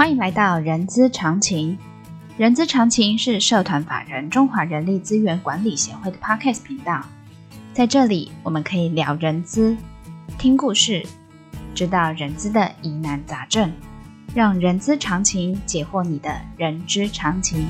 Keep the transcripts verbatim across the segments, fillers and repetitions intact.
欢迎来到人资常情。人资常情是社团法人中华人力资源管理协会的 Podcast 频道，在这里我们可以聊人资，听故事，知道人资的疑难杂症，让人资常情解惑你的人之常情。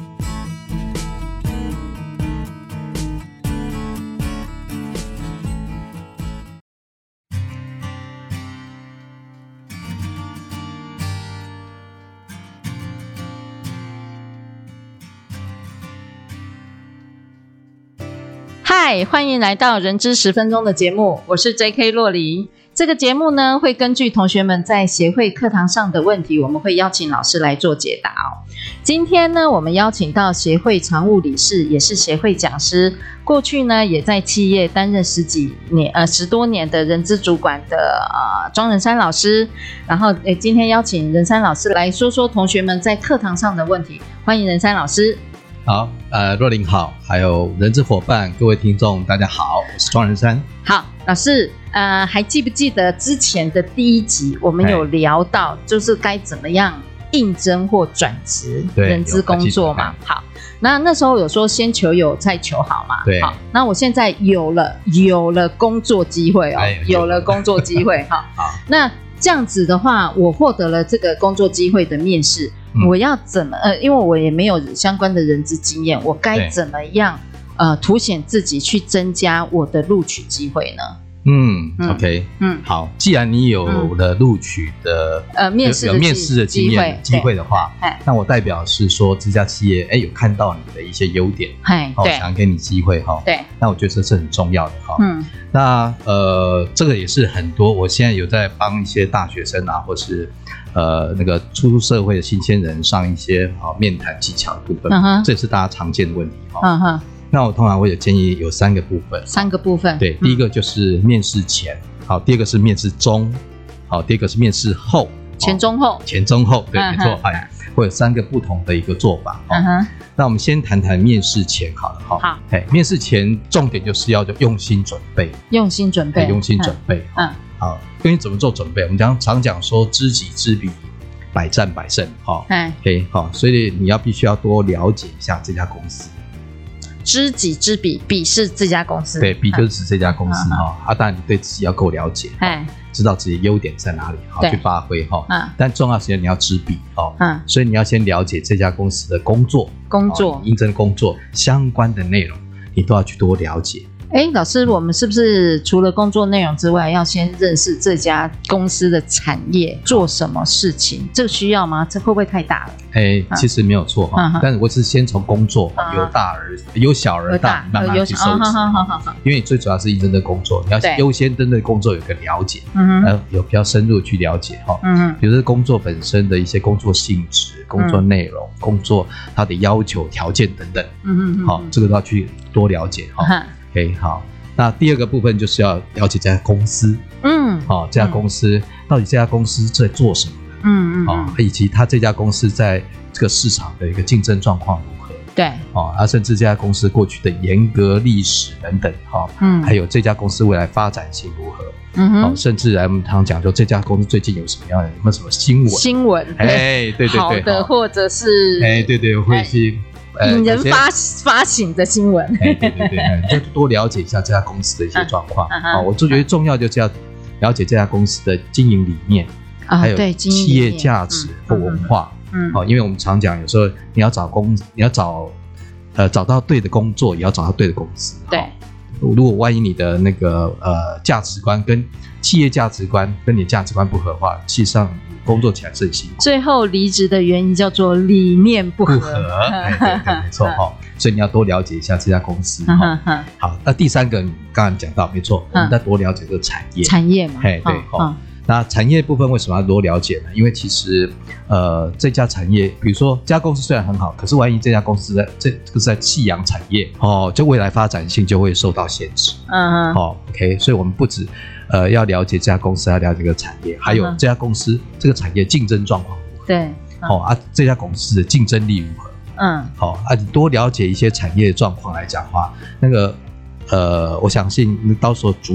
嗨，欢迎来到人资十分钟的节目，我是 J K 洛黎。这个节目呢，会根据同学们在协会课堂上的问题，我们会邀请老师来做解答哦。今天呢，我们邀请到协会常务理事，也是协会讲师，过去呢也在企业担任十几年呃十多年的人资主管的呃庄仁山老师。然后诶今天邀请仁山老师来说说同学们在课堂上的问题，欢迎仁山老师。 好，呃，若琳好，还有人资伙伴，各位听众，大家好，我是庄仁山。 好，老师，呃，还记不记得之前的第一集，我们有聊到，就是该怎么样应征或转职人资工作嘛？好，那那时候有说先求有，再求好嘛？ 对。 好，那我现在有了，有了工作机会哦，哎、有了工作机会，好，好，那这样子的话，我获得了这个工作机会的面试。嗯、我要怎么呃，因为我也没有相关的人资经验，我该怎么样呃凸显自己去增加我的录取机会呢？ 嗯, 嗯 OK 嗯，好，既然你有了录取的、嗯、呃面试的有面试的经验机会的话，那我代表是说这家企业哎有看到你的一些优点，哦，想给你机会哈，对，那我觉得这是很重要的哈。嗯，那呃这个也是很多，我现在有在帮一些大学生啊，或是呃那个初入社会的新鲜人上一些啊、哦、面谈技巧的部分，嗯、这也是大家常见的问题哈。嗯哼。那我通常会有建议有三个部分， 三个部分， 对，嗯、第一个就是面试前，好，第二个是面试中，好，第二个是面试后， 前中后， 前中后，对，嗯、没错，哎，会有三个不同的一个做法。嗯哼，那我们先谈谈面试前好了哈。好，哎，面试前重点就是要用心准备， 用心准备， 用心准备。嗯，好，因为怎么做准备？我们常常讲说知己知彼，百战百胜。哈，哎 ，OK， 好，所以你要必须要多了解一下这家公司。 知己知彼，彼是这家公司， 对，彼就是指这家公司哈、嗯。啊，当然你对自己要够了解，哎，知道自己优点在哪里，好去发挥哈。嗯，但重要时间你要知彼哦，嗯，所以你要先了解这家公司的工作， 工作、 应征工作相关的内容，你都要去多了解。 哎，老师，我们是不是除了工作内容之外，要先认识这家公司的产业做什么事情？这个需要吗？这会不会太大了？ 哎，其实没有错哈、嗯，但是我是先从工作、嗯、由大而由小而大，慢慢去收集、哦。因为你最主要是应征的工作，你要优先针对工作有个了解，嗯哼，有比较深入去了解哈。嗯哼，比如说工作本身的一些工作性质、工作内容、嗯、工作它的要求、条件等等，嗯哼，好、哦，这个都要去多了解哈。嗯OK， 好，那第二个部分就是要了解这家公司，嗯，好、哦，这家公司、嗯、到底这家公司在做什么的，嗯嗯，好、哦，以及它这家公司在这个市场的一个竞争状况如何， 对， 哦，啊，甚至这家公司过去的严格历史等等，哈、哦，嗯，还有这家公司未来发展性如何，嗯哼，哦，甚至我们常讲说这家公司最近有什么样的有没有什么新闻， 新闻， 哎，对对对， 好的， 哦、 或者是， 哎，对对，会是。 引人发发行的新闻， 哎，对对对，就多了解一下这家公司的一些状况。啊啊、我就觉得重要就是要了解这家公司的经营理念，啊、还有企业价值或文化。嗯，好、嗯，因为我们常讲，有时候你要找工，你要找呃找到对的工作，也要找到对的公司。 对， 如果万一你的那个呃价值观跟企业价值观跟你的价值观不合的话，其实上工作起来是很辛苦。 最后离职的原因叫做理念不合。 不合，哎，对对，没错哈。所以你要多了解一下这家公司哈。好，那第三个你刚刚讲到，没错，我们再多了解这个产业。 产业嘛， 哎，对哈。那产业部分为什么要多了解呢？因为其实呃这家产业，比如说这家公司虽然很好，可是万一这家公司在这这个是在夕阳产业哦，就未来发展性就会受到限制。嗯，好、哦、，OK， 所以我们不止呃要了解这家公司，要了解这个产业，还有这家公司、嗯、这个产业竞争状况如何？ 对， 好、嗯哦、啊，这家公司的竞争力如何？嗯，好、哦、啊，你多了解一些产业状况来讲的话，那个呃，我相信到时候主管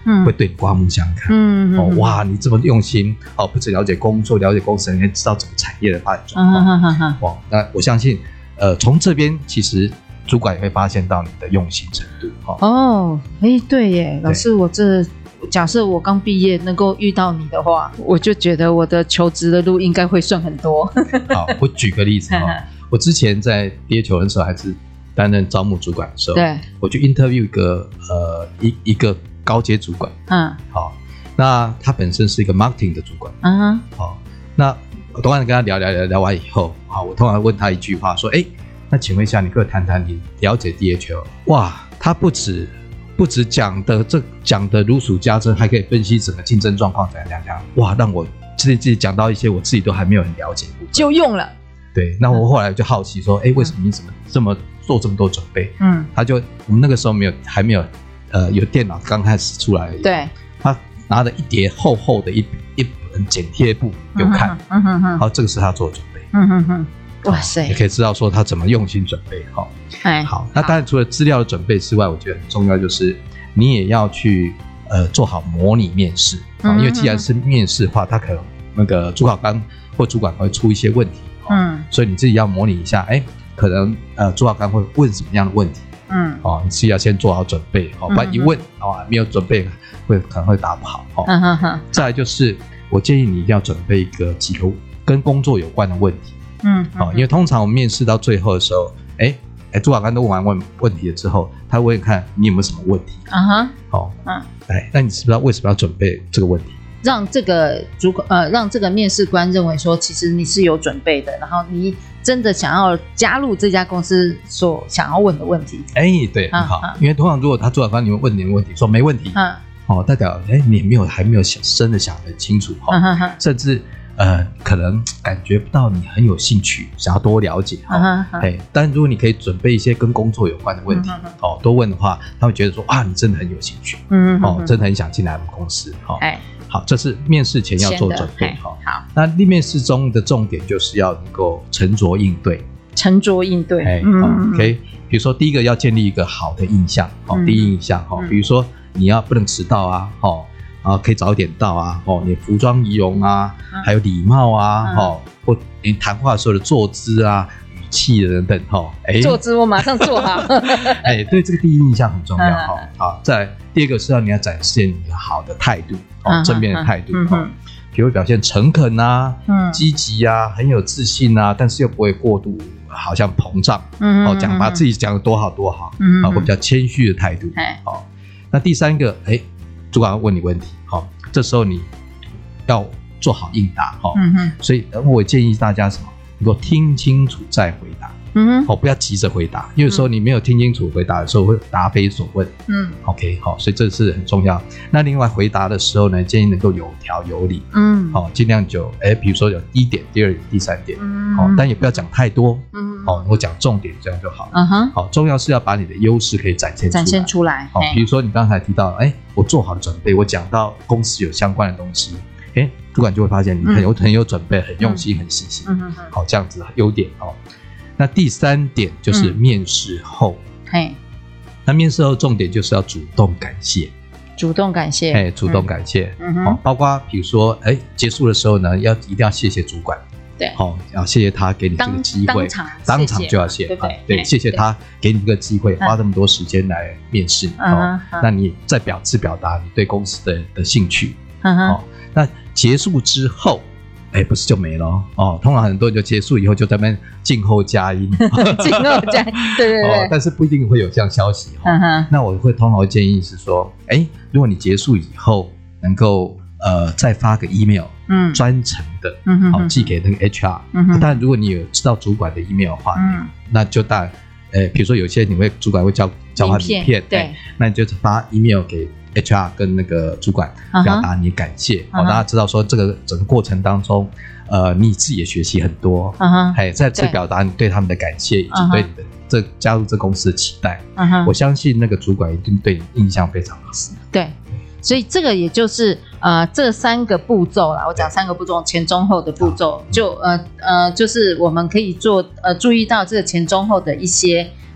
嗯、会对你刮目相看。嗯哦，哇，你这么用心哦，不只了解工作，了解公司，你还知道整个产业的发展状况。嗯、哼哼哇，那我相信，呃，从这边其实主管也会发现到你的用心程度。哦， 哦，哎，对耶，老师，我这假设我刚毕业能够遇到你的话，我就觉得我的求职的路应该会顺很多。 好，我举个例子哦，我之前在毕业求人的时候还是担任招募主管的时候，对，我去 interview 一个呃一一个高阶主管，嗯，好，那他本身是一个 marketing 的主管，嗯，好，那我通常跟他聊聊聊聊完以后，好，我通常问他一句话，说，哎，那请问一下，你可以谈谈你了解 D H L？ 哇，他不止不止讲的这讲的如数家珍，还可以分析整个竞争状况怎样怎样怎样，哇，让我自己自己讲到一些我自己都还没有很了解的部分， 就用了。 对，那我后来就好奇说，哎，为什么你怎么这么做这么多准备？嗯，他就我们那个时候没有还没有呃有电脑刚开始出来而已， 对， 他拿着一叠厚厚的一一本剪贴簿给我看，嗯哼哼，好，这个是他做的准备，嗯哼哼， 哇塞， 也可以知道说他怎么用心准备，好，哎，好，那当然除了资料的准备之外，我觉得很重要就是你也要去呃做好模拟面试，嗯，因为既然是面试的话，他可能那个主考官或主管会出一些问题。嗯，所以你自己要模拟一下，哎，可能呃主考官会问什么样的问题，嗯，哦，你自己要先做好准备，哦，不然一问哦没有准备，会可能会答不好，哦，嗯哼哼。再来就是，我建议你一定要准备一个几个跟工作有关的问题，嗯，哦，因为通常我们面试到最后的时候，哎哎，主考官都问完问问题了之后，他会看你有没有什么问题，啊哈，哦，嗯，哎，那你知不知道为什么要准备这个问题？ 让这个主呃，让这个面试官认为说，其实你是有准备的，然后你真的想要加入这家公司所想要问的问题。 哎，对，很好，啊，因为通常如果他主考官你们问你的问题说没问题，嗯，哦，代表哎你没有还没有想深的想得清楚哈，嗯嗯，甚至呃可能感觉不到你很有兴趣，想要多了解哈，嗯嗯，哎，但如果你可以准备一些跟工作有关的问题，嗯嗯，哦，多问的话，他会觉得说啊你真的很有兴趣，嗯嗯，哦，真的很想进来我们公司，哈，哎。好，这是面试前要做准备。好，那面试中的重点就是要能够沉着应对。 沉着应对， 哎，嗯 ，OK。比如说，第一个要建立一个好的印象，哦，嗯，第一印象，哦，比如说你要不能迟到啊，哦，啊，可以早一点到啊，哦，你服装仪容啊，嗯，还有礼貌啊，哦，或你谈话的时候的坐姿啊。气等等哈，哎， 坐姿我马上做好。 哎，对，这个第一印象很重要哈。好，再来第二个是要你要展现你的好的态度，哦，正面的态度哈，比如表现诚恳啊，积极啊，很有自信啊，但是又不会过度好像膨胀，哦，讲把自己讲的多好多好，啊，或比较谦虚的态度。好，那第三个，哎，主管要问你问题，好，这时候你要做好应答哈。所以我建议大家什么？能够听清楚再回答，嗯，好，不要急着回答，因为有时候你没有听清楚回答的时候会答非所问，嗯 ，OK， 好，所以这是很重要。那另外回答的时候呢，建议能够有条有理，嗯，好，尽量就，哎，比如说有第一点、第二点、第三点，嗯，好，但也不要讲太多，嗯，好，能够讲重点，这样就好，嗯哼，好，重要是要把你的优势可以展现出来， 展现出来， 好，比如说你刚才提到，哎，我做好了准备，我讲到公司有相关的东西。哎，主管就会发现你很有、嗯、很有准备，很用心，嗯、很细心。嗯嗯嗯，好，这样子优点哦。那第三点就是面试后，嘿、嗯，那面试后重点就是要主动感谢， 主动感谢， 哎，主动感谢，嗯哼，包括比如说，哎，结束的时候呢，要一定要谢谢主管， 对， 好，要谢谢他给你这个机会， 当场当场就要谢，对对，对，谢谢他给你这个机会，花这么多时间来面试，哦，那你再表示表达你对公司的的兴趣，哦，那结束之后，哎，不是就没了哦。通常很多人就结束以后就在那边静候佳音， 静候佳音，对对对、哦。 但是不一定会有这样消息哈、哦。那我会通常会建议是说，哎，如果你结束以后能够呃再发个 email， 嗯，专程的，嗯哼，好寄给那个 H R。嗯哼。但如果你有知道主管的 email 的话，嗯，那就当然，呃，比如说有些你会主管会交交换名片，对，那你就发 email 给H R 跟那个主管表达你感谢，好、uh-huh. 哦，大家知道说这个整个过程当中，呃，你自己也学习很多，嗯哼，在这表达你对他们的感谢以及对你的这加入这公司的期待，嗯哼，我相信那个主管一定对你印象非常好。 对，所以这个也就是呃这三个步骤啦，我讲三个步骤，前中后的步骤，就呃呃就是我们可以做呃注意到这个前中后的一些。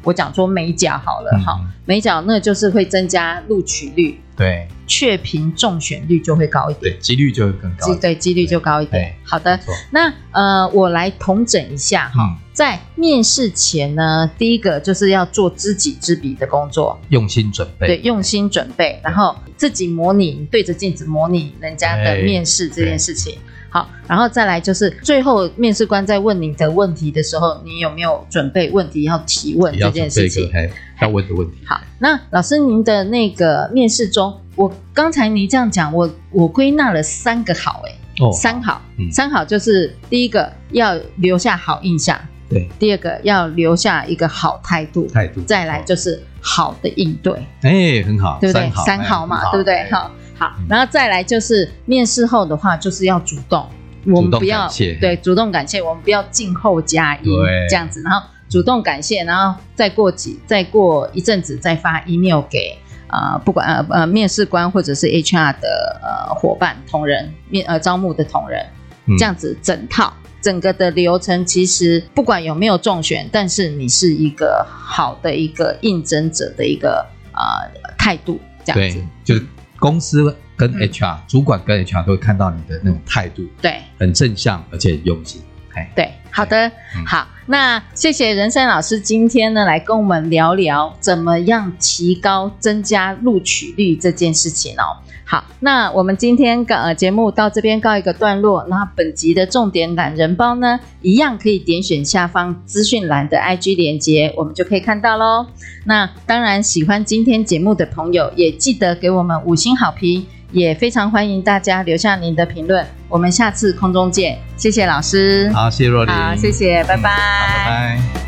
我讲说美角好了哈、嗯，美角那就是会增加录取率， 对， 确评中选率就会高一点， 对，几率就会更高一点， 对，几率就高一点。好的，那呃，我来统整一下哈、嗯，在面试前呢，第一个就是要做知己知彼的工作， 用心准备， 对，用心准备，然后自己模拟，对着镜子模拟人家的面试这件事情。好，然后再来就是最后面试官在问你的问题的时候，你有没有准备问题要提问这件事情？ 要问的问题。 好，那老师您的那个面试中，我刚才你这样讲，我我归纳了三个好哎、欸哦，三好、嗯，三好就是第一个要留下好印象， 对， 第二个要留下一个好态度， 态度， 再来就是好的应对， 哎、欸，很好， 对不对？ 三好， 三好嘛，对不对？好。好，然后再来就是面试后的话，就是要主动，我们不要对主动感谢，我们不要静候佳音这样子，然后主动感谢，然后再过几再过一阵子再发 email 给呃不管呃呃面试官或者是 H R 的呃伙伴同仁面呃招募的同仁，这样子整套整个的流程，其实不管有没有中选，但是你是一个好的一个应征者的一个呃态度，这样子， 对，就是公司跟 H R、嗯、主管跟 H R 都会看到你的那种态度， 对， 很正向而且很用心。 对，好的、嗯，好，那谢谢仁生老师今天呢来跟我们聊聊怎么样提高增加录取率这件事情哦。好，那我们今天呃节目到这边告一个段落。那本集的重点懒人包呢，一样可以点选下方资讯栏的 I G 连结，我们就可以看到咯。那当然喜欢今天节目的朋友，也记得给我们五星好评，也非常欢迎大家留下您的评论。我们下次空中见，谢谢老师。 好，谢谢若琳。 好，谢谢，拜拜。 嗯、好，拜拜。